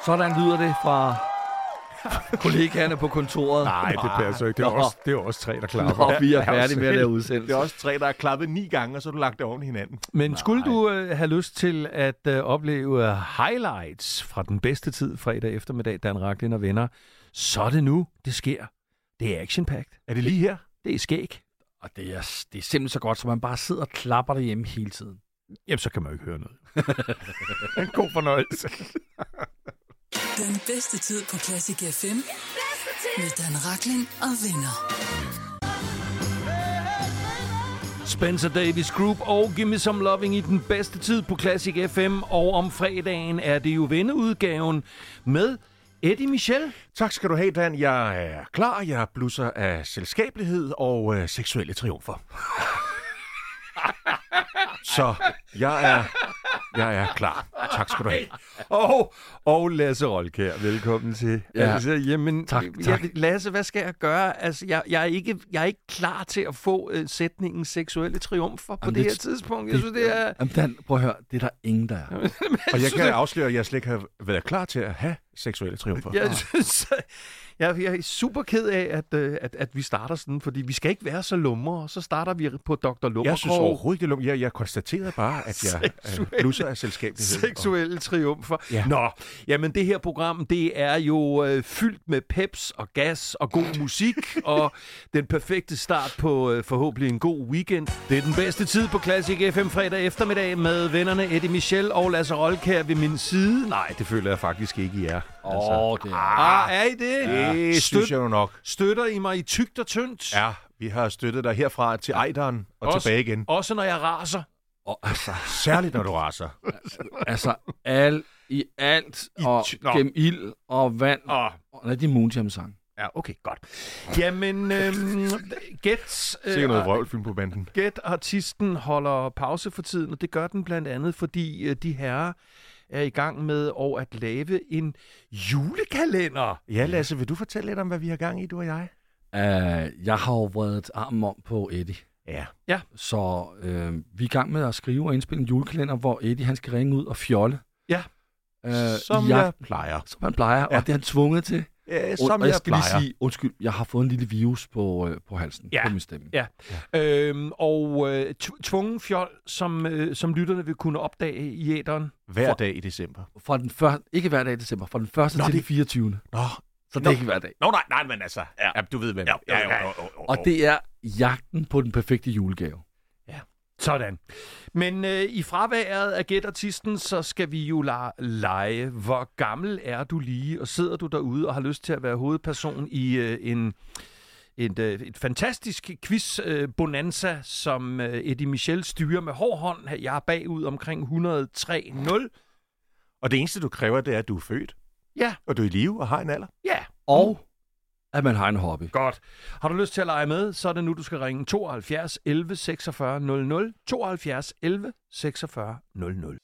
Sådan lyder det fra kollegaerne på kontoret. Nej, det passer ikke. Det er også tre, der klapper. Nå, vi er færdige med at lave udsendelse. Det er også tre, der er klappet 9 gange, og så har du lagt det oven i hinanden. Men skulle du have lyst til at opleve highlights fra den bedste tid fredag eftermiddag, Dan Rachlin og venner, så er det nu, det sker. Det er action-packed. Er det lige her? Det er skæg. Og det er simpelthen så godt, så man bare sidder og klapper derhjemme hele tiden. Jamen, så kan man jo ikke høre noget. En god fornøjelse. Den bedste tid på Classic FM med Dan Rachlin og venner. Spencer Davis Group og Give Me Some Loving i den bedste tid på Classic FM. Og om fredagen er det jo venneudgaven med Eddie Michel. Tak skal du have, Dan. Jeg er klar. Jeg blusser af selskabelighed og seksuelle triumfer. Så jeg er klar. Tak skal du have. Og Lasse Rolkjær, velkommen til. Ja. Altså, jamen, Tak. Lasse, hvad skal jeg gøre? Altså, jeg er ikke klar til at få sætningen seksuelle triumfer på det her tidspunkt. Jeg synes, det er... Jamen Dan, prøv at høre, det er der ingen, der er. Og jeg kan afsløre, at jeg slet ikke har været klar til at have seksuelle triumfer. Jeg synes, jeg er super ked af, at vi starter sådan, fordi vi skal ikke være så lumre, så starter vi på Dr. Lummerkrog. Jeg synes overhovedet ikke, det jeg konstaterede bare, at jeg blusser af selskabelighed. Seksuelle triumfer. Ja. Nå, jamen det her program, det er jo fyldt med peps og gas og god musik, og den perfekte start på forhåbentlig en god weekend. Det er den bedste tid på Classic FM fredag eftermiddag med vennerne Eddie Michel og Lasse Rolkjær ved min side. Nej, det føler jeg faktisk ikke, I er. Det er... Er I det? Det synes jeg jo nok. Støtter I mig i tykt og tyndt? Ja, vi har støttet dig herfra til Ejderen og Også- tilbage igen. Også når jeg raser. Og, altså, Særligt, når du raser. i alt, og Nå. gennem ild og vand. Og de Moonjam-sang. Ja, okay, godt. Jamen, gæt... Sikkert noget vrøvlfilm på banden. Gæt artisten holder pause for tiden, og det gør den blandt andet, fordi de herrer er i gang med at lave en julekalender. Ja, Lasse, vil du fortælle lidt om, hvad vi har gang i, du og jeg? Jeg har jo vredet armen om på Eddie. Ja. Så vi er i gang med at skrive og indspille en julekalender, hvor Eddie han skal ringe ud og fjolle. Ja. Som jeg plejer. Som han plejer, Ja. og det er han tvunget til. Ja, Og som jeg jeg skal lige plejer. sige, undskyld, jeg har fået en lille virus på halsen, Ja. på min stemme. Ja. Tvungen fjol, som lytterne vil kunne opdage i æteren. Hver dag i december. Fra den første, ikke hver dag i december, fra den 1. til den 24. Nå, Så det er ikke hver dag. nej, men altså. Ja, du ved, hvem. Ja. Og det er jagten på den perfekte julegave. Sådan. Men i fraværet af gætartisten, så skal vi jo lege. Hvor gammel er du lige, og sidder du derude og har lyst til at være hovedperson i et fantastisk quiz-bonanza, som Eddie Michel styrer med hård hånd. Jeg er bagud omkring 103-0. Og det eneste, du kræver, det er, at du er født. Ja. Og du er i live og har en alder. Ja, Og at man har en hobby. godt. Har du lyst til at lege med, så er det nu, du skal ringe 72 11 46 00. 72 11 46 00.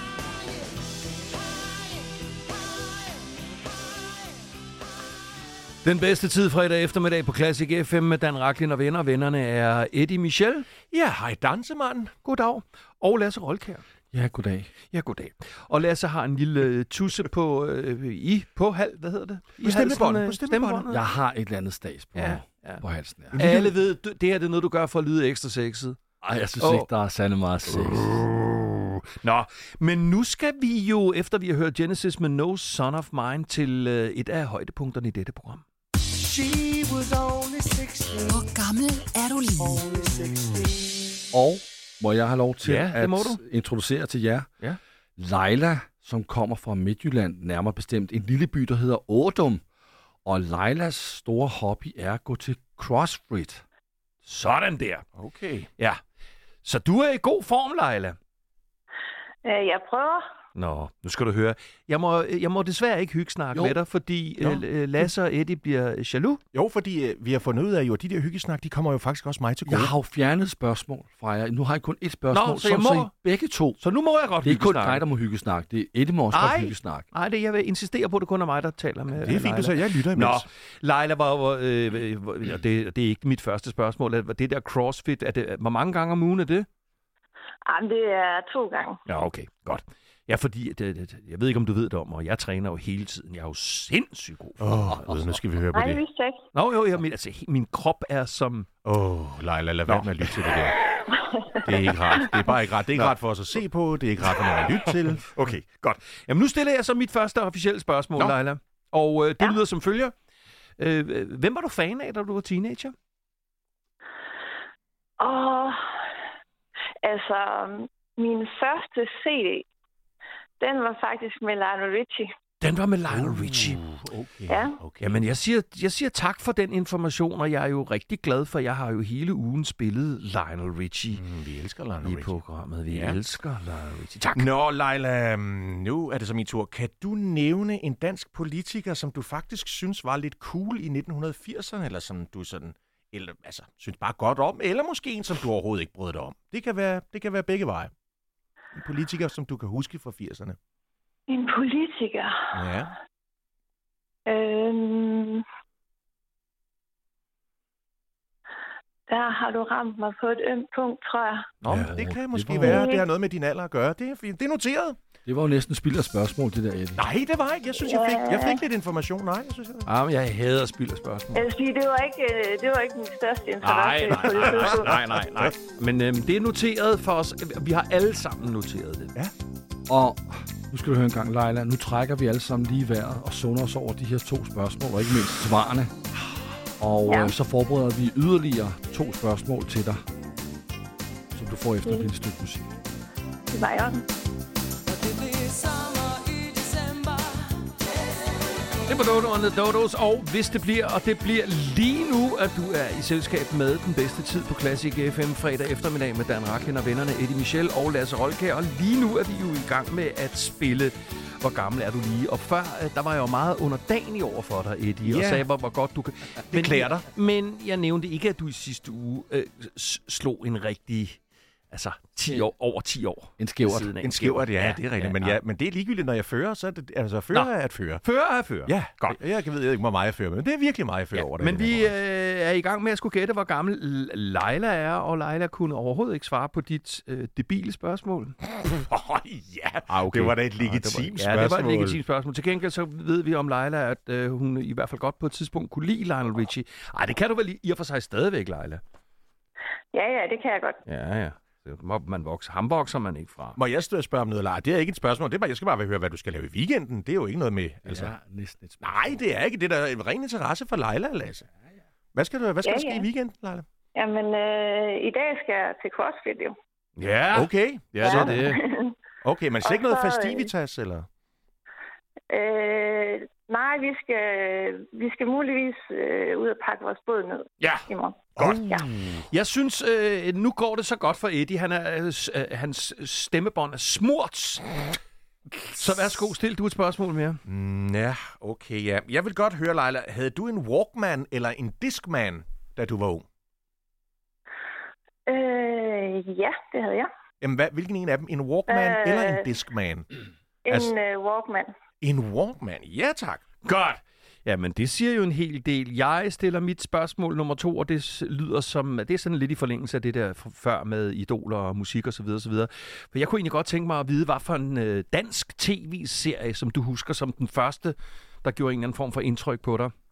Den bedste tid fredag eftermiddag på Classic FM med Dan Rachlin og venner. Vennerne er Eddie Michel. Ja, hej dansemanden. Goddag. Og Lasse Rolkjær. Ja, goddag. Ja, goddag. Og Lasse har en lille tusse på hvad hedder det? På stemmebåndet. På stemmebåndet. Jeg har et eller andet stas på, Ja. på halsen. Ja. Alle ved, det her det er noget, du gør for at lyde ekstra sexet. Ej, jeg synes ikke, der er særlig meget sex. Nå, men nu skal vi jo, efter vi har hørt Genesis med No Son of Mine, til et af højdepunkterne i dette program. Hvor gammel er du lige? Og må jeg have lov til Ja, det at må du. introducere til jer Ja. Leila, som kommer fra Midtjylland, nærmere bestemt en lille by, der hedder Ådum. Og Leilas store hobby er at gå til CrossFit. Sådan der. Okay. Ja. Så du er i god form, Leila. Jeg prøver. Nå, nu skal du høre. Jeg må desværre ikke hyggesnakke Jo. med dig, fordi Lasse og Eddie bliver jaloux. Jo, fordi vi har fundet ud af, at de der hyggesnak, de kommer jo faktisk også mig til gode. Jeg har jo fjernet spørgsmål fra jer. Nu har jeg kun et spørgsmål, Nå, så jeg må- I begge to. Så nu må jeg godt Det er ikke kun hyggesnakke. dig, der må hyggesnakke. Det er Eddie må også Ej. godt hyggesnakke. Nej, jeg vil insistere på, at det kun er mig, der taler med Det er fint, så jeg lytter Nå, imens. Leila, det er ikke mit første spørgsmål. Det der CrossFit, hvor mange gange om ugen er det? Jamen, det er 2 gange. Ja, okay. Godt. Ja, fordi, jeg ved ikke, om du ved det om, og jeg træner jo hele tiden. Jeg er jo sindssygt god. Nu skal vi høre på Nej, det det. vidste jeg ikke. Nå, men min krop er som... Leila, lad være med at lytte til det der. Det er ikke rart. Det er bare ikke rart. Det er ikke rart for os at se på. Det er ikke rart for nogen at lytte til. Okay, godt. Jamen, nu stiller jeg så mit første officielle spørgsmål, Leila. Og det lyder som følger. Hvem var du fan af, da du var teenager? Altså, min første CD, den var faktisk med Lionel Richie. Den var med Lionel Richie. Okay. Ja. Okay. Jamen, jeg siger tak for den information, og jeg er jo rigtig glad for, jeg har jo hele ugen spillet Lionel Richie Vi elsker Lionel i Richie. programmet. Vi elsker Lionel Richie. Tak. Nå, Leila, nu er det så min tur. Kan du nævne en dansk politiker, som du faktisk synes var lidt cool i 1980'erne, eller som du sådan, eller, altså, synes bare godt om, eller måske en, som du overhovedet ikke brød dig om? Det kan være begge veje. En politiker, som du kan huske fra 80'erne. En politiker. Ja. Der har du ramt mig på et ømt punkt, tror jeg. Nå, Ja, det kan det måske var- være, det har noget med din alder at gøre. Det er fint. Det er noteret. Det var jo næsten spild af spørgsmål, det der, Eddie. Nej, det var ikke. Jeg synes, jeg fik lidt information. Nej, jeg synes, Men jeg hader spild af spørgsmål. Jeg vil sige, det var ikke min største interesse på det tidspunkt. Nej. Men det er noteret for os. Vi har alle sammen noteret det. Ja. Og nu skal du høre en gang, Leila. Nu trækker vi alle sammen lige vejret og sunder os over de her 2 spørgsmål, og ikke mindst svarene. Og så forbereder vi yderligere 2 spørgsmål til dig, som du får efter et lille stykke musik. Det var i orden. Det var Dodo and the Dodos, og hvis det bliver, og det bliver lige nu, at du er i selskab med den bedste tid på Classic FM fredag eftermiddag med Dan Rachlin og vennerne Eddie Michel og Lasse Rolkær. Og lige nu er vi jo i gang med at spille Hvor gammel er du lige? Og før, der var jeg jo meget underdanig over for dig, Eddie, og sagde, hvor godt du kan... Det klæder dig. Men jeg nævnte ikke, at du i sidste uge slog en rigtig... Altså, 10 år, over 10 år. En skævert. siden af. En skævert, ja, det er rigtigt. Ja. Men det er ligegyldigt, når jeg fører, så er det... Altså, fører er at føre. Fører er fører. Ja, Godt. Jeg ved ikke, hvor meget jeg fører, men det er virkelig meget, jeg fører over det. Men vi er i gang med at skulle gætte, hvor gammel Leila er, og Leila kunne overhovedet ikke svare på dit debile spørgsmål. Det var da et legitimt spørgsmål. Ja, det var et legitimt spørgsmål. Til gengæld så ved vi om Leila, at hun i hvert fald godt på et tidspunkt kunne lide Lionel Richie. Ej, det kan du vel i og for sig stadigvæk, Leila? Ja, det kan jeg godt. Ja. Ham vokser man ikke fra. Må jeg spørge om noget, Lars? Det er ikke et spørgsmål. Det er bare, jeg skal bare høre, hvad du skal lave i weekenden. Det er jo ikke noget med... Altså. Ja, næsten et spørgsmål. Nej, det er ikke. Det er da en ren interesse for Leila, Lasse. Hvad skal der ske i weekenden, Leila? Jamen, i dag skal jeg til CrossFit, jo. Ja, Okay. ja, det er det. Okay, men så ikke noget Og så, festivitas, eller? Nej, vi skal muligvis ud og pakke vores båd ned Ja, i morgen. godt. Ja. Jeg synes, nu går det så godt for Eddie. Hans stemmebånd er smurt. Så værsgo, stil du et spørgsmål mere. Ja, okay, ja. Jeg vil godt høre, Leila, havde du en Walkman eller en Discman, da du var ung? Ja, det havde jeg. Jamen, hvilken en af dem? En Walkman eller en Discman? En Walkman. En Walkman, ja tak. Godt. Jamen, det siger jo en hel del. Jeg stiller mit spørgsmål nummer 2, og det lyder som... Det er sådan lidt i forlængelse af det der før med idoler og musik og så videre, så videre. For jeg kunne egentlig godt tænke mig at vide, hvad for en dansk tv-serie, som du husker som den første, der gjorde en eller anden form for indtryk på dig.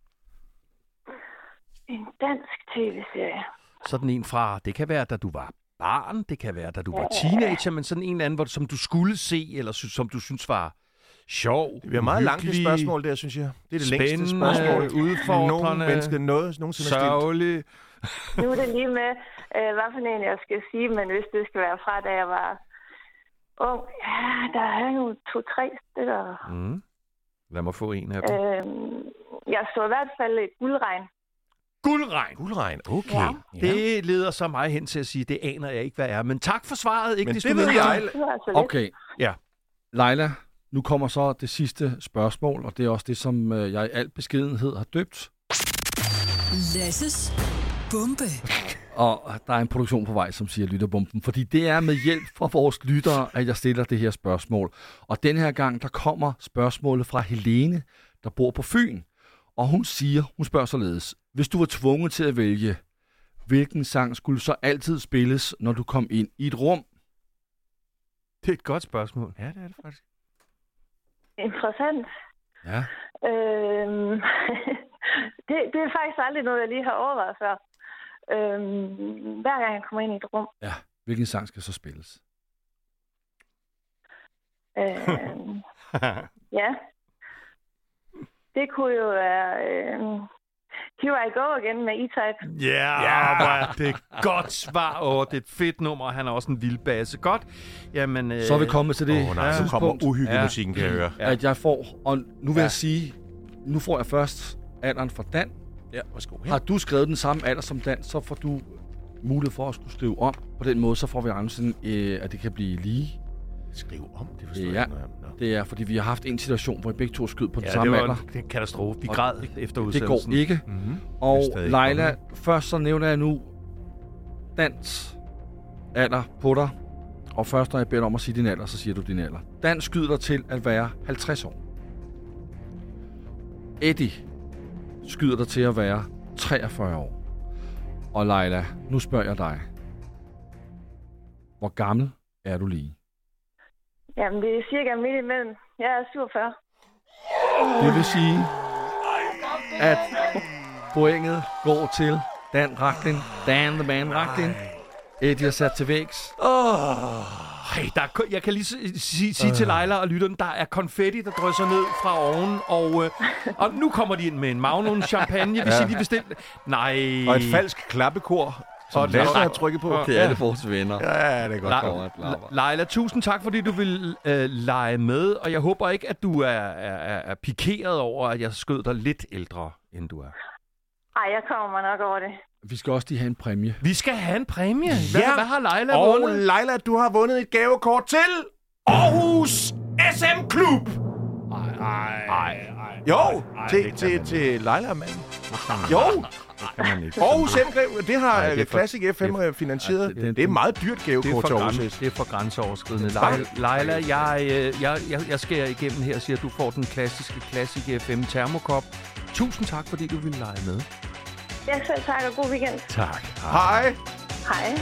En dansk tv-serie. Sådan en fra... Det kan være, da du var barn, det kan være, da du var teenager, men sådan en eller anden, som du skulle se, eller som du synes var... sjov, Det bliver meget langt, det spørgsmål der, synes jeg. Det er det længste spørgsmål. Udfordrende, Nogen mennesker nogensinde har stillet. sørgelig. Nu er det lige med, hvad for en jeg skal sige, men hvis det skal være fra, da jeg var ung. Ja, der er jo 2-3 stykker. Lad mig få en af dem. Jeg så i hvert fald et guldregn. Guldregn, okay. Ja. Det leder så mig hen til at sige, det aner jeg ikke, hvad er. Men tak for svaret. Ikke Men desto det ved mindre. jeg. Det var altså lidt. Okay. Ja. Leila, nu kommer så det sidste spørgsmål, og det er også det, som jeg i al beskedenhed har døbt. Lasses bombe. Og der er en produktion på vej, som siger lytterbomben, fordi det er med hjælp fra vores lyttere, at jeg stiller det her spørgsmål. Og den her gang, der kommer spørgsmålet fra Helene, der bor på Fyn. Og hun spørger således, hvis du var tvunget til at vælge, hvilken sang skulle så altid spilles, når du kom ind i et rum? Det er et godt spørgsmål. Ja, det er det faktisk. Interessant. Ja. Det er faktisk aldrig noget, jeg lige har overvejet før. Hver gang jeg kommer ind i et rum. Ja. Hvilken sang skal så spilles? Ja. Det kunne jo være Here I Go Again med E-Type. Ja, det er et godt svar. Det er et fedt nummer, han er også en vild basse. Godt. Jamen, Så er vi kommet til det nej, så kommer uhyggelig musikken, kan jeg høre. at jeg får, og nu vil jeg sige, nu får jeg først alderen fra Dan. Ja, værsgo. Har du skrevet den samme alder som Dan, så får du mulighed for at skulle skrive om. På den måde, så får vi andre sådan, at det kan blive lige. Skrive om, det forstår Ja. jeg ikke. Det er, fordi vi har haft en situation, hvor vi begge to skød på den det samme var alder. en katastrofe. Vi græd efter Det udsendelsen. går ikke. Mm-hmm. Og Det er stadig Leila, først så nævner jeg nu Dans alder på dig. Og først når jeg beder dig om at sige din alder, så siger du din alder. Dan skyder dig til at være 50 år. Eddie skyder dig til at være 43 år. Og Leila, nu spørger jeg dig. Hvor gammel er du lige? Jamen, det er cirka midt imellem. Jeg er 47. Det vil sige, at pointet går til Dan Rachlin. Dan the Man Rachlin. Eddie er sat til vægs. Jeg kan lige sige til Leila og lytteren, der er konfetti, der drysser ned fra oven, og nu kommer de ind med en Magnum champagne, hvis de bestiller. Nej. Og et falsk klappekor, som Lasse har trykket på. Det er det vores venner. Ja, det er godt. Leila, tusind tak, fordi du vil lege med, og jeg håber ikke, at du er pikeret over, at jeg skød dig lidt ældre, end du er. Ej, jeg kommer mig nok over det. Vi skal også lige have en præmie. Vi skal have en præmie. Ja. Hvad har Leila Og vundet? Leila, du har vundet et gavekort til Aarhus SM Klub. Jo, til Leila, mand. Jo, Aarhus SM Klub, det har Classic FM finansieret. Det er et meget dyrt gavekort til Aarhus. Det er for grænseoverskridende. Leila, jeg skærer igennem her og siger, at du får den klassiske Classic FM termokop. Tusind tak, fordi du ville lege med. Ja, selv tak, og god weekend. Tak. Hej. Hej.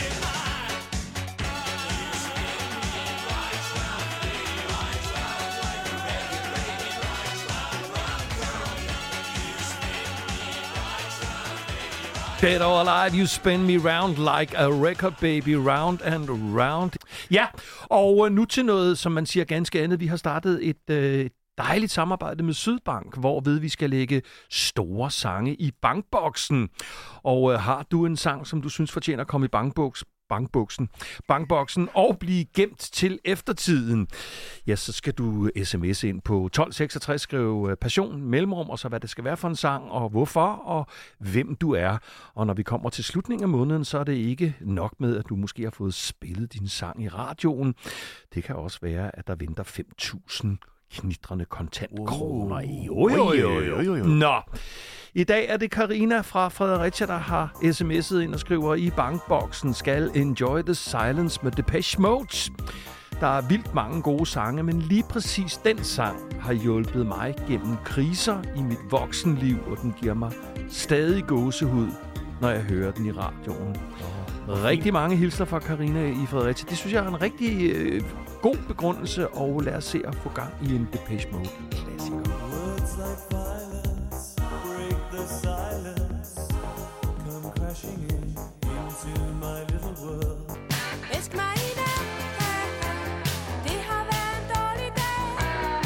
Dead or alive, you spin me round like a record, baby, round and round. Ja, og nu til noget, som man siger ganske andet. Vi har startet et dejligt samarbejde med Sydbank, hvorved vi skal lægge store sange i bankboksen. Og har du en sang, som du synes fortjener at komme i bankboksen og blive gemt til eftertiden, ja, så skal du sms ind på 1266, skrive passion, mellemrum, og så hvad det skal være for en sang, og hvorfor, og hvem du er. Og når vi kommer til slutningen af måneden, så er det ikke nok med, at du måske har fået spillet din sang i radioen. Det kan også være, at der venter 5.000 knitrende kontantkroner i. Jo. Nå, i dag er det Karina fra Fredericia, der har sms'et ind og skriver, i bankboksen skal Enjoy the Silence med Depeche Mode. Der er vildt mange gode sange, men lige præcis den sang har hjulpet mig gennem kriser i mit voksenliv, og den giver mig stadig gåsehud, når jeg hører den i radioen. Rigtig mange hilsner fra Karina i Fredericia. Det synes jeg er en rigtig god begrundelse, og lad os se at få gang i en Depeche Mode klassiker. Words like violence break the silence, come crashing into my little world. Elsk mig i dag, det har været en dårlig dag.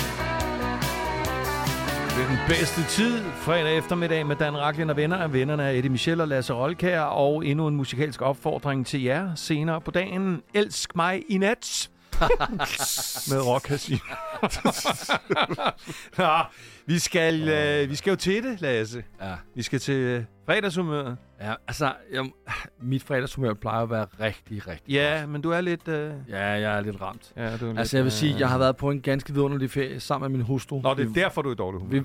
Det er den bedste tid, fredag eftermiddag med Dan Rachlin og venner. Vennerne er Eddie Michel og Lasse Rolkær, og endnu en musikalsk opfordring til jer senere på dagen. Elsk mig i nat. Med Rock Casino. Nå, vi skal jo til det, Lasse. Ja. Vi skal til fredagshumøret. Ja, altså, mit fredagshumør plejer at være rigtig. Ja, men du er lidt... Ja, jeg er lidt ramt. Ja, du er Altså, jeg vil sige, jeg har været på en ganske vidunderlig ferie sammen med min hustru. Nå, det er derfor, du er i dårlig humør.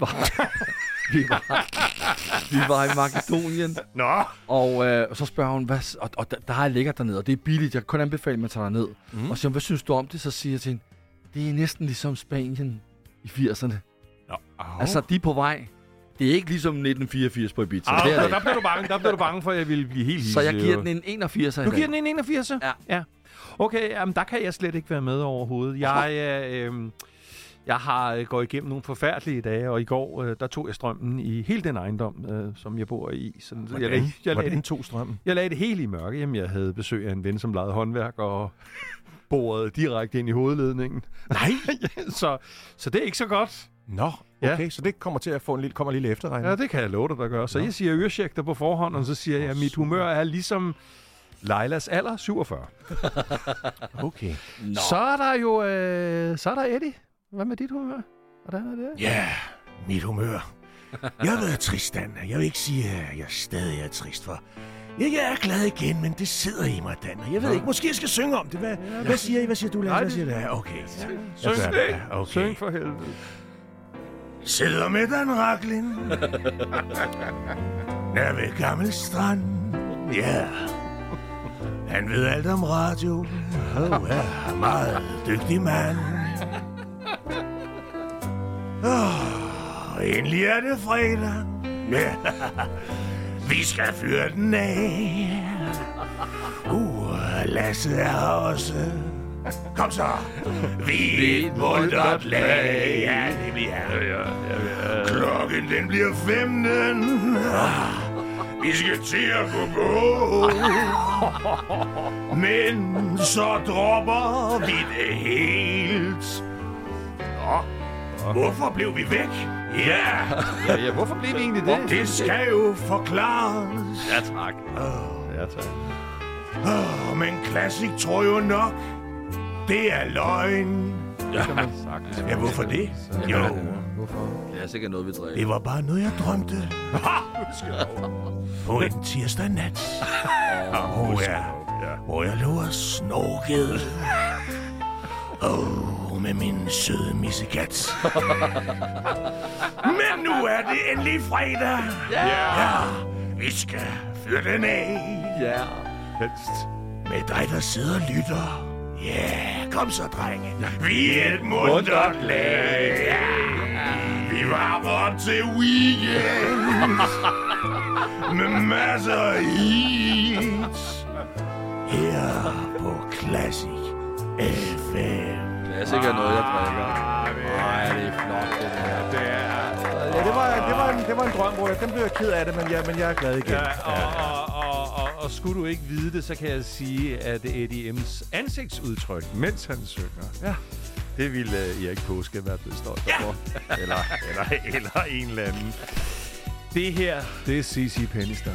Vi var i Makedonien. Nå! Og så spørger hun, og der har jeg lækkert dernede, og det er billigt. Jeg kan kun anbefale, at man tager derned. Og så siger hun, hvad synes du om det? Så siger jeg til hende, det er næsten ligesom Spanien i 80'erne. Altså, de er på vej. Det er ikke ligesom 1984 på Ibiza. Der blev du bange for, at jeg ville blive helt Så jeg giver den en 81'er. Du giver den en 81'er? Ja. Okay, jamen, der kan jeg slet ikke være med overhovedet. Jeg har gået igennem nogle forfærdelige dage, og i går, der tog jeg strømmen i hele den ejendom, som jeg bor i. Sådan, Hvordan tog strømmen? Jeg lagde det hele i mørke. Jamen, jeg havde besøg af en ven, som lavede håndværk og borede direkte ind i hovedledningen. Nej! så det er ikke så godt. Nå, okay, så det kommer til at få en lille efterregning. Ja, det kan jeg love dig, der gør. Så jeg siger øreshægter på forhånd, og så siger jeg, at mit humør er ligesom Lailas alder, 47. Okay. Så er der jo så er der Eddie. Hvad med dit humør? Hvordan er det? Ja, mit humør. Jeg har været trist, Dan. Jeg vil ikke sige, at jeg stadig er trist for. Jeg er glad igen, men det sidder i mig, Dan. Jeg ved ikke, måske jeg skal synge om det. Hvad siger I? Hvad siger du, Lars? Hvad siger du? Ja, okay. Syng for helvede. Sidder med Dan Rachlin. Nær ved Gammel Strand. Ja. Han ved alt om radio. Ja, meget dygtig mand. Endelig er det fredag. Ja. Vi skal fyre den af. Lasse er også. Kom så. Vi er et muntert lag. Ja, det bliver. Klokken den bliver 15. Vi skal til at gå. Men så dropper vi det helt. Hvorfor blev vi væk? Ja, hvorfor blev vi egentlig det? Det skal jo forklares. Ja, tak. Ja, tak. Men Classic tror jo nok, det er løgn. Ja, hvorfor det? Jo, Det er sikkert noget, vi drikker. det var bare noget, jeg drømte. På en tirsdag nat. Hvor jeg lå og snorkede. Med min søde missekat. Men nu er det endelig fredag. Ja. Vi skal fyre den af. Ja. Helst. Med dig, der sidder og lytter. Ja, kom så, drenge. Vi er et muntert lag. Ja. Vi varmer op til weekend. Med masser af hits. Her på Classic FM. Det er sikkert noget, jeg drikker. Nej, det er flot, det der. Ja, det var en drøm, hvor den blev jeg ked af det, men jeg er glad igen. Og skulle du ikke vide det, så kan jeg sige, at Eddie M's ansigtsudtryk, mens han synger, det ville Erik Påske være blevet stolt for. Eller en eller anden. Det her, det er C.C. Peniston.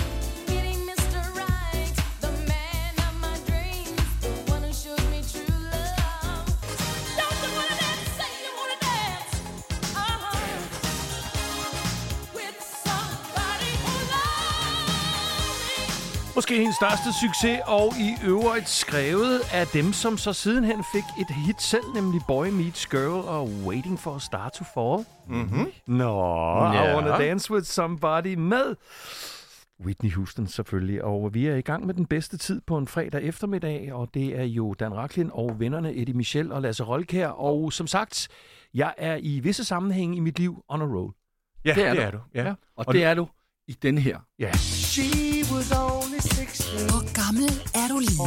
Måske hendes største succes, og i øvrigt skrevet af dem, som så sidenhen fik et hit selv, nemlig Boy Meets Girl og Waiting for a Star to Fall. Mhm. I Wanna Dance With Somebody med Whitney Houston selvfølgelig. Og vi er i gang med den bedste tid på en fredag eftermiddag, og det er jo Dan Rachlin og vennerne Eddie Michel og Lasse Rolkjær. Og som sagt, jeg er i visse sammenhænge i mit liv on a roll. Ja, det er du. Ja. Og det er du i den her. Ja. Hvor gammel er du lige?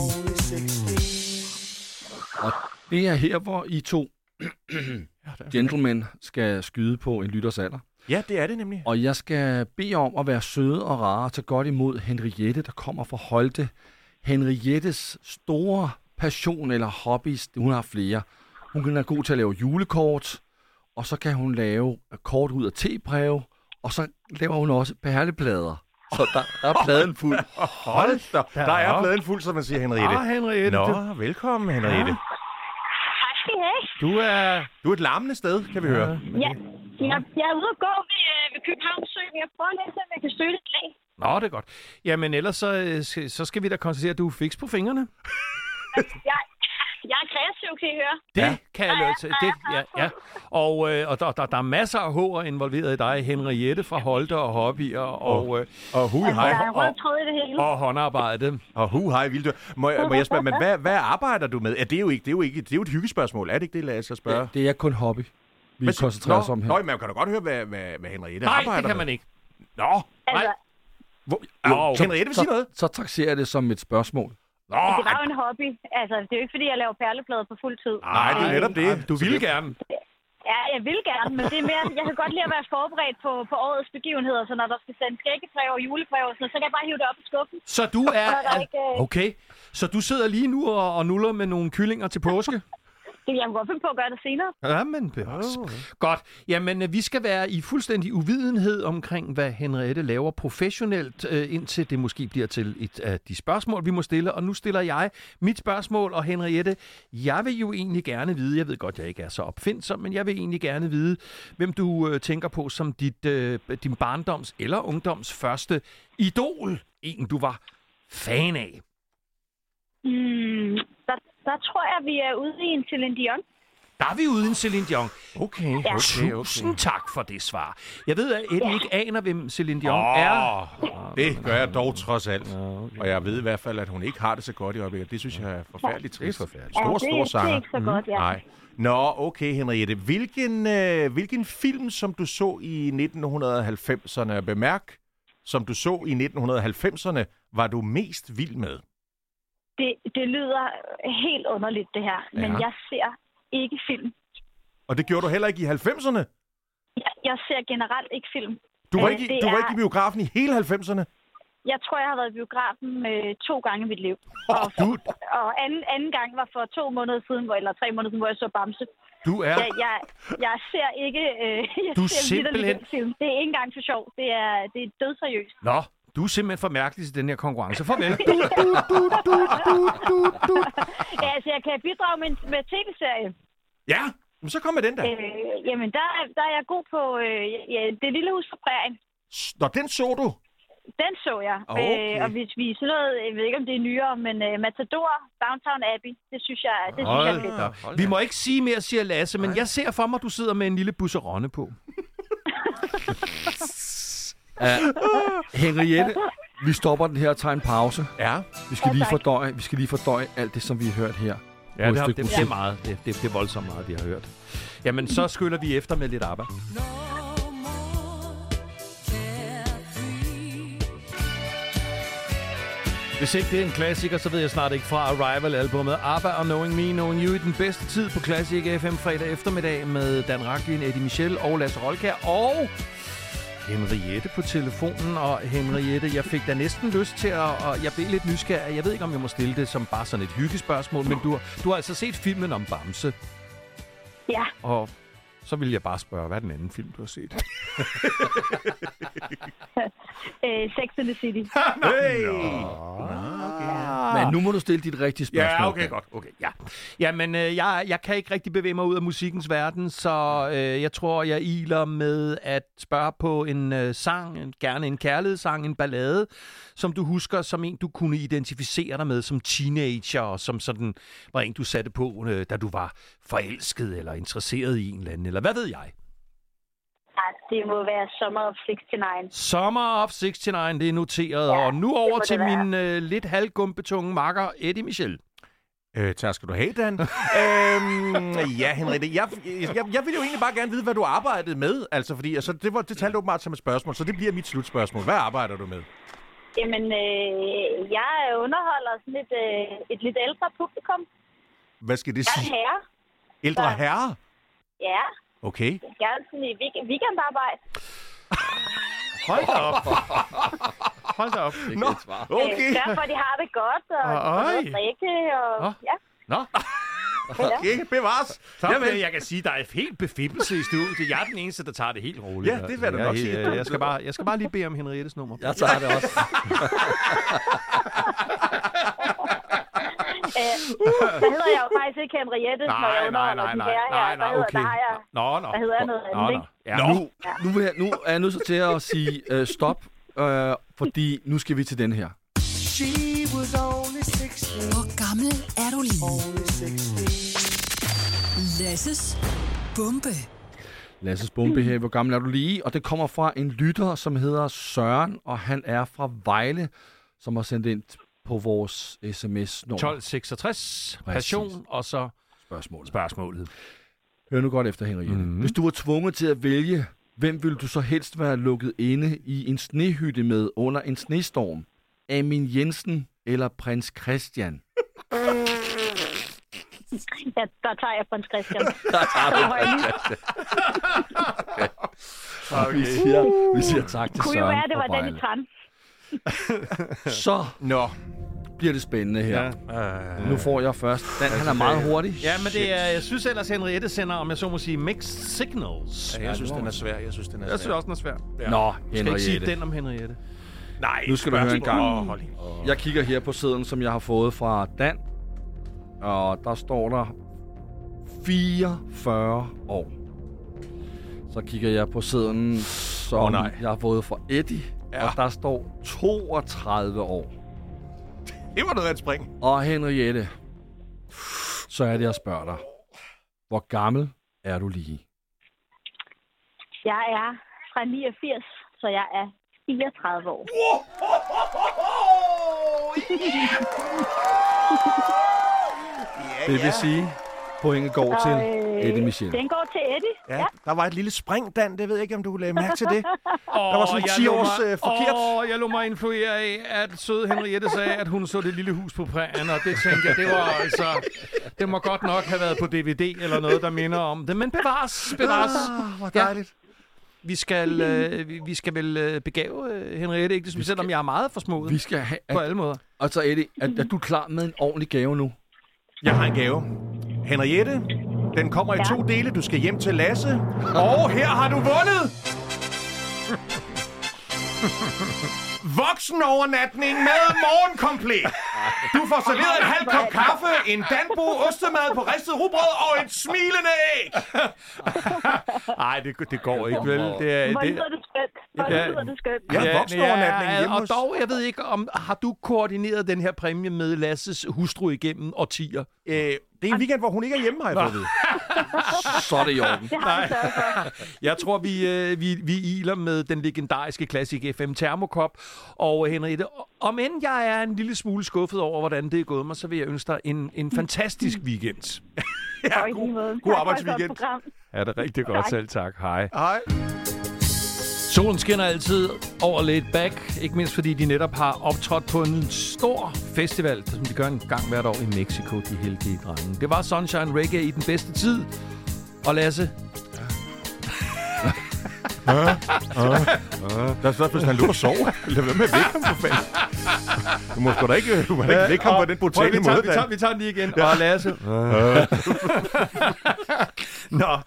Og det er her, hvor I to gentlemen skal skyde på en lytters alder. Ja, det er det nemlig. Og jeg skal bede om at være søde og rare og tage godt imod Henriette, der kommer fra Holte. Henriettes store passion eller hobbies, hun har flere. Hun kan være god til at lave julekort, og så kan hun lave kort ud af tebreve, og så laver hun også perleplader. Så der er pladen fuld. Hold da. Der er pladen fuld, som man siger, Henriette. Henriette. Nå, velkommen, Henriette. Tak skal I have. Du er et larmende sted, kan vi høre. Ja, jeg er ude at gå ved Københavns Sø. Jeg prøver lige at se, om jeg kan støtte et lag. Nå, det er godt. Jamen ellers så skal vi da konstatere, at du er fiks på fingrene. Jeg er kreativ, kan I høre. Det kan jeg løbe til. Ja. Og der er masser af hår involveret i dig, Henriette fra Holte og hobbyer og hu hej. Der er en rød tråd i det hele. og håndarbejde. Og hu hej, Vilde. Må jeg spørge, men hvad arbejder du med? Det er jo et hyggespørgsmål. Er det ikke det, lad os spørge? Det er kun hobby, vi koncentrerer os om her. Nå, men kan du godt høre, hvad Henriette Nej, arbejder det kan med? man ikke. Nå, Altså, Henriette vil sige noget. Så taxerer jeg det som et spørgsmål. Nå, Det var jo en hobby. Altså, det er jo ikke, fordi jeg laver perleplader på fuld tid. Nej, det er netop det. Du vil gerne. Ja, jeg vil gerne, men det er mere, jeg kan godt lide at være forberedt på årets begivenheder, så når der skal sendes skæggebrev og julebrev, så kan jeg bare hive det op i skuffen. Så du er... Så er der ikke, Okay, så du sidder lige nu og nuller med nogle kyllinger til påske? Jeg kan godt finde på at gøre det senere. Ja, men bevares. Godt. Jamen, vi skal være i fuldstændig uvidenhed omkring, hvad Henriette laver professionelt, indtil det måske bliver til et af de spørgsmål, vi må stille. Og nu stiller jeg mit spørgsmål, og Henriette, jeg vil jo egentlig gerne vide, jeg ved godt, jeg ikke er så opfindsom, men jeg vil egentlig gerne vide, hvem du tænker på som din barndoms eller ungdoms første idol. En, du var fan af. Der tror jeg, vi er ude i en Celine Dion. Der er vi ude i en Celine Dion. Okay. Tusind tak for det svar. Jeg ved, at Eddie ikke aner, hvem Celine Dion er. Det gør jeg dog trods alt. Okay. Og jeg ved i hvert fald, at hun ikke har det så godt i øjeblikket. Det synes jeg er forfærdeligt trist. Det er forfærdeligt. Stor sanger. Det er ikke så godt, ja. Nej. Nå, okay, Henriette. Hvilken film, som du så i 1990'erne, bemærk, som du så i 1990'erne, var du mest vild med? Det lyder helt underligt, det her. Men jeg ser ikke film. Og det gjorde du heller ikke i 90'erne? Jeg ser generelt ikke film. Du var ikke i biografen i hele 90'erne? Jeg tror, jeg har været i biografen 2 gange i mit liv. Og anden gang var for 2 måneder siden, eller 3 måneder siden, hvor jeg så Bamse. Du er... Jeg ser ikke simpelthen... film. Det er ikke engang for sjov. Det er dødseriøst. Nå, du er simpelthen for mærkelig til den her konkurrence. Farvel. Ja, altså, jeg kan bidrage med tv-serie. Ja, men så kom med den der. Jamen, der er jeg god på Det Lille Hus på Prærien. Nå, den så du? Den så jeg. Okay. Og hvis vi sådan noget, jeg ved ikke, om det er nyere, men Matador, Downton Abbey, det synes jeg er fedt. Vi må ikke sige mere, siger Lasse, men jeg ser for mig, du sidder med en lille busseronne på. Henriette, vi stopper den her og tager en pause. Ja. Vi skal lige fordøje alt det, som vi har hørt her. Ja, det er meget. Det er voldsomt meget, vi har hørt. Jamen, så skyller vi efter med lidt ABBA. Hvis ikke det er en klassiker, så ved jeg snart ikke fra Arrival-albummet. ABBA og Knowing Me, Knowing You i den bedste tid på Classic FM fredag eftermiddag med Dan Racklin, Eddie Michel og Lasse Rolkær og Henriette på telefonen. Og Henriette, jeg fik da næsten lyst til og jeg blev lidt nysgerrig. Jeg ved ikke, om jeg må stille det som bare sådan et hyggespørgsmål, men du har altså set filmen om Bamse. Ja. Og så vil jeg bare spørge, hvad er den anden film, du har set? Sex and the City. Hey! Men nu må du stille dit rigtige spørgsmål. Ja, okay, godt. Okay, ja. Jamen, jeg kan ikke rigtig bevæge mig ud af musikkens verden, så jeg tror, jeg iler med at spørge på en sang, gerne en kærlighedssang, en ballade, som du husker som en, du kunne identificere dig med som teenager, og som sådan var en, du satte på, da du var forelsket eller interesseret i en eller anden, eller hvad ved jeg? Det må være Summer of 69. Summer of 69, det er noteret. Ja, og nu over til min lidt halvgumpetunge makker, Eddie Michel. Tak skal du have, Dan. Ja, Henriette, jeg vil jo egentlig bare gerne vide, hvad du arbejdede med. Altså, fordi det talte åbenbart som et spørgsmål, så det bliver mit slutspørgsmål. Hvad arbejder du med? Jamen, jeg underholder sådan et lidt ældre publikum. Hvad skal det sige? Herre. Ældre herre? Ja. Okay. Gerne sådan i weekendarbejde. Hold da op. Hold da op. Nå, okay. Derfor, de har det godt, og de får drikke, og ja. Nå. Okay, bevares. Jamen, jeg kan sige, der er helt befippelse i studiet. Jeg er den eneste, der tager det helt roligt. Ja, det vil du nok sige. Jeg skal bare lige bede om Henriettes nummer. Jeg tager det også. Der hedder jeg jo faktisk ikke Henriette, når jeg underholder de her. Okay. Der hedder jeg noget andet, ikke? Ja. Nu er jeg nødt til at sige stop, fordi nu skal vi til den her. Hvor gammel er du lige? Lasses bombe. Lasses bombe her. Hvor gammel er du lige? Og det kommer fra en lytter, som hedder Søren, og han er fra Vejle, som har sendt ind på vores sms-nummer. 1266, passion, og så spørgsmålet. Hør nu godt efter, Henriette. Hvis du var tvunget til at vælge, hvem ville du så helst være lukket inde i en snehytte med under en snestorm? Amin Jensen eller prins Christian? Ja, der tager jeg prins Christian. Vi siger tak til Søren. Kunne jo være, det var fra den i Vejle. træn. Så bliver det spændende her. Ja. Nu får jeg først. Han er meget hurtig. Ja, men jeg synes ellers, Henriette sender, om jeg så må sige, mixed signals. Ja, jeg synes, den er svær. Jeg synes også, den er svær. Ja. Nå, Jeg skal ikke sige Henriette. den om Henriette. Nej, Nu skal du høre en gang. Jeg kigger her på siden, som jeg har fået fra Dan. Og der står der 44 år. Så kigger jeg på siden, som jeg har fået fra Eddie. Ja. Og der står 32 år. Det var noget af et spring. Og Henriette, så er det, jeg spørger dig. Hvor gammel er du lige? Jeg er fra 89, så jeg er 34 år. Det vil sige, pointet går til Eddie Michel. Den går til Eddie. Ja, der var et lille spring, Dan. Det ved jeg ikke, om du lagde mærke til det. Der var sådan 10 års forkert. Jeg lå mig influere af, at søde Henriette sagde, at hun så Det lille hus på prærien, og det tænkte jeg, det var altså... Det må godt nok have været på DVD eller noget, der minder om det, men bevares. Hvor dejligt. Vi skal vel begave Henriette, ikke? Specielt om jeg er meget forsmået. Vi skal have... På alle måder. Og så Eddie, er du klar med en ordentlig gave nu? Jeg har en gave. Henriette, den kommer i 2 dele. Du skal hjem til Lasse. Og her har du vundet! Voksenovernatning med morgenkomplet. Du får serveret en halv kop kaffe, en Danbo ostemad på ristet rugbrød og et smilende æg. Nej, det går ikke, vel? Hvor lyder det skønt. Ja, voksenovernatning hjemme og hos... dog, jeg ved ikke, om har du koordineret den her præmie med Lasses hustru igennem årtier? Det er en weekend, hvor hun ikke er hjemme, har jeg fået at vide. Så er det i orden. Det har vi sørget for. Jeg tror, vi iler med den legendariske Classic FM Thermokop. Og Henriette, om end jeg er en lille smule skuffet over, hvordan det er gået mig, så vil jeg ønske dig en fantastisk weekend. Ja, god arbejdsweekend. Ja, det er rigtig godt selv, tak. Hej. Hej. Solen skinner altid over Laid Back, ikke mindst fordi de netop har optrådt på en stor festival, som de gør en gang hvert år i Mexico, de heldige drenge. Det var Sunshine Reggae i den bedste tid. Og Lasse? Der er sådan, hvis han lukker og sover. Lad være med at vække ham på fanden. Du må sgu da ikke vække ham på den brutale måde. Vi tager den lige igen. Og Lasse? Nå,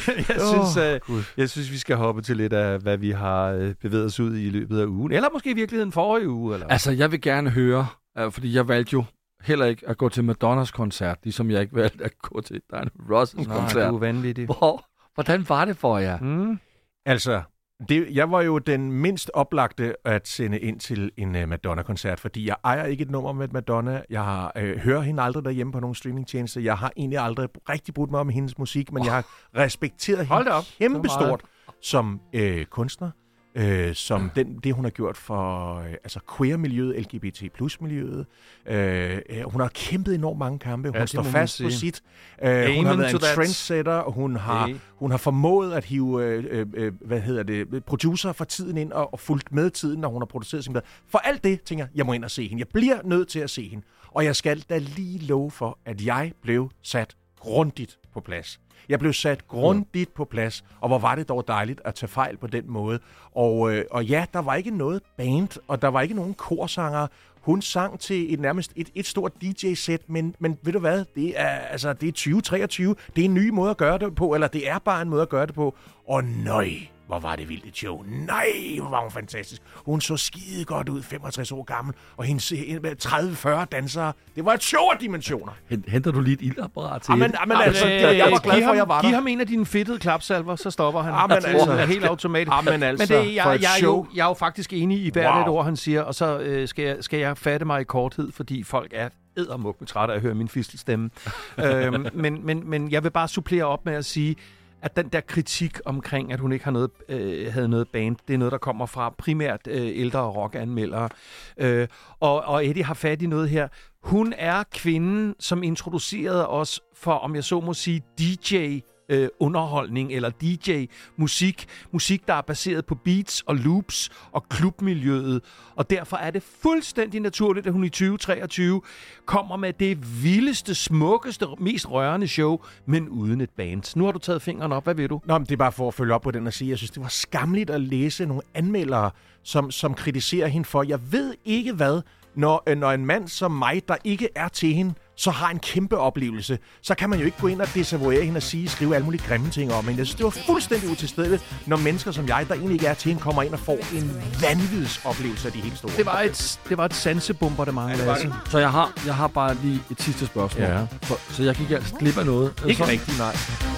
jeg synes, vi skal hoppe til lidt af, hvad vi har bevæget os ud i løbet af ugen. Eller måske i virkeligheden forrige uge. Eller? Altså, jeg vil gerne høre, fordi jeg valgte jo heller ikke at gå til Madonnas koncert, ligesom jeg ikke valgte at gå til Diana Ross's koncert. Nej, du er vanvittig. Hvordan var det for jer? Altså, jeg var jo den mindst oplagte at sende ind til en Madonna-koncert, fordi jeg ejer ikke et nummer med Madonna. Jeg hører hende aldrig derhjemme på nogle streamingtjenester. Jeg har egentlig aldrig rigtig brudt mig om hendes musik, men jeg har respekteret hende kæmpestort som kunstner. Som det, hun har gjort for queer-miljøet, LGBT+-miljøet. Hun har kæmpet enormt mange kampe. Hun står fast på sit. Hun har været en trendsetter, og hun har formået at hive producer fra tiden ind og fulgt med tiden, når hun har produceret sin mad. For alt det, tænker jeg må ind og se hende. Jeg bliver nødt til at se hende. Og jeg skal da lige love for, at jeg blev sat grundigt på plads. Jeg blev sat grundigt på plads, og hvor var det dog dejligt at tage fejl på den måde. Og ja, der var ikke noget band, og der var ikke nogen korsanger. Hun sang til nærmest et stort DJ-sæt, men ved du hvad? Det er 2023. Det er en ny måde at gøre det på, eller det er bare en måde at gøre det på. Og nøj, hvor var det vildt et show. Nej, hvor var hun fantastisk. Hun så skide godt ud, 65 år gammel, og hendes 30-40 dansere. Det var et show af dimensioner. Henter du lige et ildapparat til? Jeg var glad for, at jeg var der. Giv ham en af dine fedtede klapsalver, så stopper han. Helt automatisk. Men jeg er jo faktisk enig i hvert et ord, han siger, og så skal jeg fatte mig i korthed, fordi folk er eddermukkende trætte af at høre min fistelstemme. Men jeg vil bare supplere op med at sige, at den der kritik omkring, at hun ikke havde noget band, det er noget, der kommer fra primært ældre rockanmeldere. Og Eddie har fat i noget her. Hun er kvinden, som introducerede os for, om jeg så må sige, DJ underholdning eller DJ-musik. Musik, der er baseret på beats og loops og klubmiljøet. Og derfor er det fuldstændig naturligt, at hun i 2023 kommer med det vildeste, smukkeste, mest rørende show, men uden et band. Nu har du taget fingeren op. Hvad ved du? Nå, men det er bare for at følge op på den og sige, jeg synes, det var skamligt at læse nogle anmeldere, som kritiserer hende for, jeg ved ikke hvad, når en mand som mig, der ikke er til hende, så har en kæmpe oplevelse, så kan man jo ikke gå ind og desavouere hende og skrive alle mulige grimme ting om hende. Jeg synes, det var fuldstændig utilstedeligt, når mennesker som jeg, der egentlig ikke er til hende, kommer ind og får en vanvittig oplevelse af de helt store. Det var et sansebombardement, Lasse. Så jeg har bare lige et sidste spørgsmål. Ja. Så jeg gik altså glip af noget. Ikke rigtigt, nej.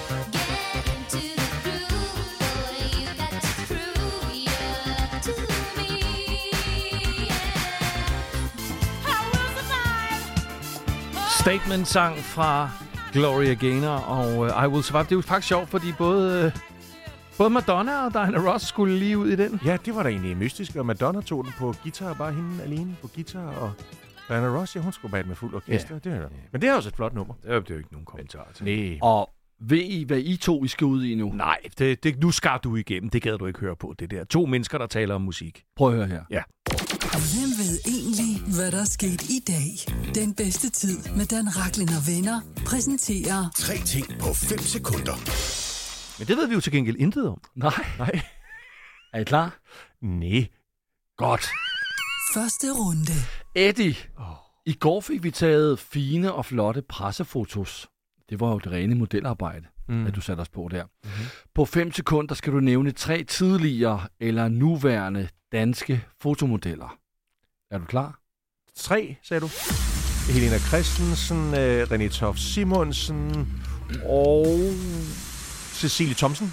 Statement-sang fra Gloria Gaynor og I Will Survive. Det er jo faktisk sjovt, fordi både Madonna og Diana Ross skulle lige ud i den. Ja, det var da egentlig mystisk, og Madonna tog den på guitar, bare hende alene på guitar, og Diana Ross, ja, hun skulle bare med fuld orkester. Ja. Men det er også et flot nummer. Det er jo ikke nogen kommentar til. Nej. Og ved I, hvad I to I skal ud i nu? Nej, nu skar du igennem. Det gad du ikke høre på, det der. 2 mennesker, der taler om musik. Prøv at høre her. Ja. Hvem ved egentlig, hvad der er sket i dag? Den bedste tid med Dan Rachlin og venner præsenterer 3 ting på 5 sekunder. Men det ved vi jo til gengæld intet om. Nej. Er I klar? Nej. Godt. første runde. Eddie, i går fik vi taget fine og flotte pressefotos. Det var jo et rene modelarbejde, at du satte os på der. Mm-hmm. På 5 sekunder skal du nævne 3 tidligere eller nuværende danske fotomodeller. Er du klar? 3, sagde du. Helena Christensen, René Toft Simonsen og Cecilie Thomsen.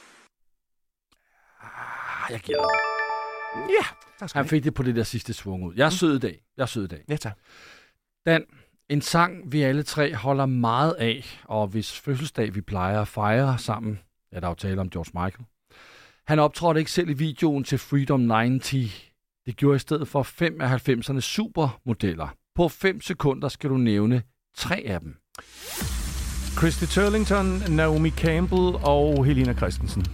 Jeg giver dig. Ja. Han fik det på det der sidste svung ud. Jeg er sød i dag. Ja, tak. Dan, en sang, vi alle 3 holder meget af, og hvis fødselsdag vi plejer at fejre sammen, der er jo tale om George Michael. Han optrådte ikke selv i videoen til Freedom 90. Det gjorde i stedet for 5 af 90'ernes supermodeller. På 5 sekunder skal du nævne 3 af dem. Christy Turlington, Naomi Campbell og Helena Christensen.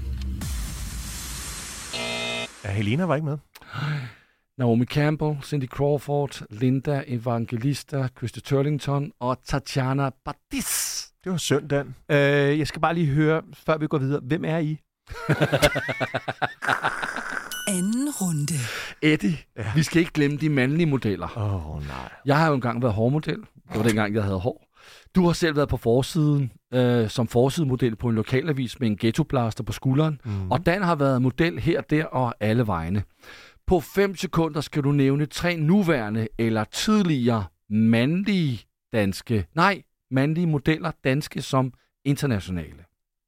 Ja, Helena var ikke med. Naomi Campbell, Cindy Crawford, Linda Evangelista, Christy Turlington og Tatiana Badis. Det var synd, Dan. Jeg skal bare lige høre, før vi går videre. Hvem er I? Anden runde. Eddie, vi skal ikke glemme de mandlige modeller. Nej. Jeg har jo engang været hårmodel. Det var dengang, jeg havde hår. Du har selv været på forsiden som forsidemodel på en lokalavis med en ghettoblaster på skulderen. Mm. Og Dan har været model her, der og alle vegne. På 5 sekunder skal du nævne 3 nuværende eller tidligere mandlige modeller, danske som internationale.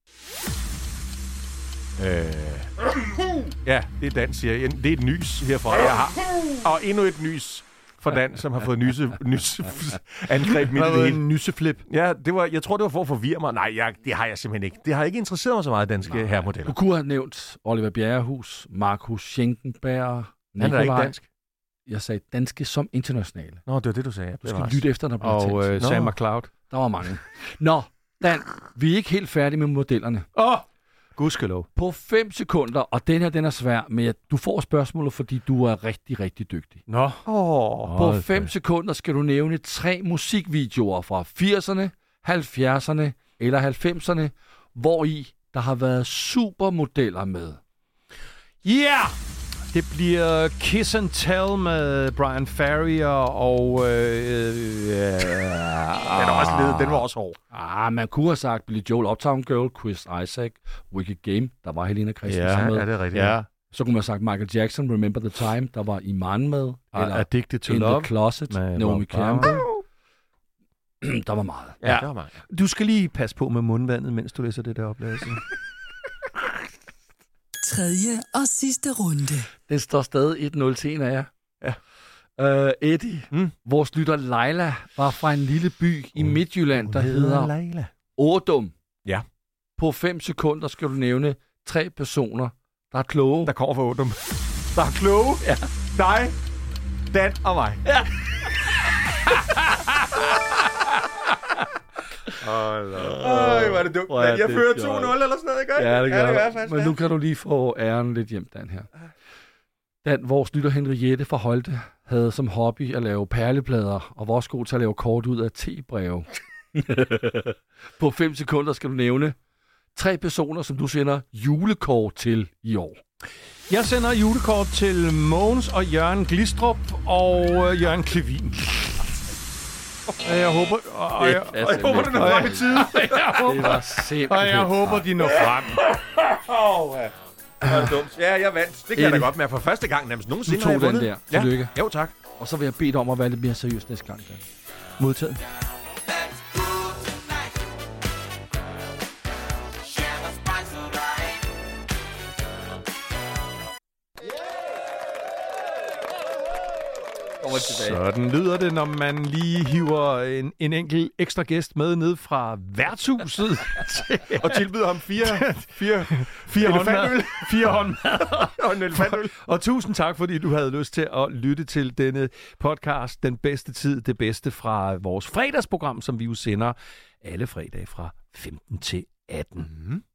Ja, det er Dan, siger jeg. Det er et nys herfra, jeg har. Og endnu et nys for Dan, som har fået angreb midt i det hele. En nyseflip. Ja, jeg tror, det var for at forvirre mig. Nej, det har jeg simpelthen ikke. Det har ikke interesseret mig så meget, danske herremodeller. Du kunne have nævnt Oliver Bjerrehus, Markus Schenkenberg, Han er ikke dansk. Jeg sagde danske som internationale. Nå, det var det, du sagde. Du skal lytte efter, der bliver tændt. Og Sam McCloud. Der var mange. Nå, Dan, vi er ikke helt færdige med modellerne. Gudskelov. På 5 sekunder, og den er svær, men du får spørgsmålet, fordi du er rigtig, rigtig dygtig. Nå. På 5 sekunder skal du nævne 3 musikvideoer fra 80'erne, 70'erne eller 90'erne, hvor i der har været supermodeller med. Yeah! Det bliver Kiss and Tell med Brian Ferrier og... Den var også hård. Man kunne have sagt Billy Joel, Uptown Girl, Chris Isaac, Wicked Game, der var Helena Christensen med. Ja, det er rigtigt. Ja. Så kunne man have sagt Michael Jackson, Remember the Time, der var Iman med. Eller Addicted to In Love. the Closet, Naomi Campbell. Der var meget. Ja, der var meget. Du skal lige passe på med mundvandet, mens du læser det der op, Lasse. Tredje og sidste runde. Den står stadig 1-0 til en af jer. Ja. Eddie, vores lytter Leila var fra en lille by i Midtjylland, der hedder Leila. Ådum. Ja. På 5 sekunder skal du nævne 3 personer, der er kloge. Der kommer fra Ådum. Der er kloge? Ja. Dig, Dan og mig. Ja. Hvor er det dumt. Hvor er Jeg det fører 2-0 fjollet. eller sådan noget, ikke? Ja, det gør gør du. Men nu kan du lige få æren lidt hjem, Dan her. Dan, vores lytter Henriette fra Holte havde som hobby at lave perleplader, og var også god til at lave kort ud af tebreve. På 5 sekunder skal du nævne 3 personer, som du sender julekort til i år. Jeg sender julekort til Mogens og Jørgen Glistrup og Jørgen Klevin. Jeg håber, Jeg håber, du når frem i tide. Det var simpelthen. Og jeg håber, de når frem. Det var dumt. Ja, jeg vandt. Det kan jeg da godt med. For første gang nærmest Du nogensinde har tog jeg den vundet. der. Tillykke. Jo, tak. Og så vil jeg bede dig om at være lidt mere seriøs næste gang. Dan. Modtaget. Sådan lyder det, når man lige hiver en enkelt ekstra gæst med ned fra værtshuset. Og tilbyder ham 4 håndmad. 4 håndmad. og en elefantøl. Og tusind tak, fordi du havde lyst til at lytte til denne podcast, Den Bedste Tid, det bedste fra vores fredagsprogram, som vi jo sender alle fredage fra 15 til 18.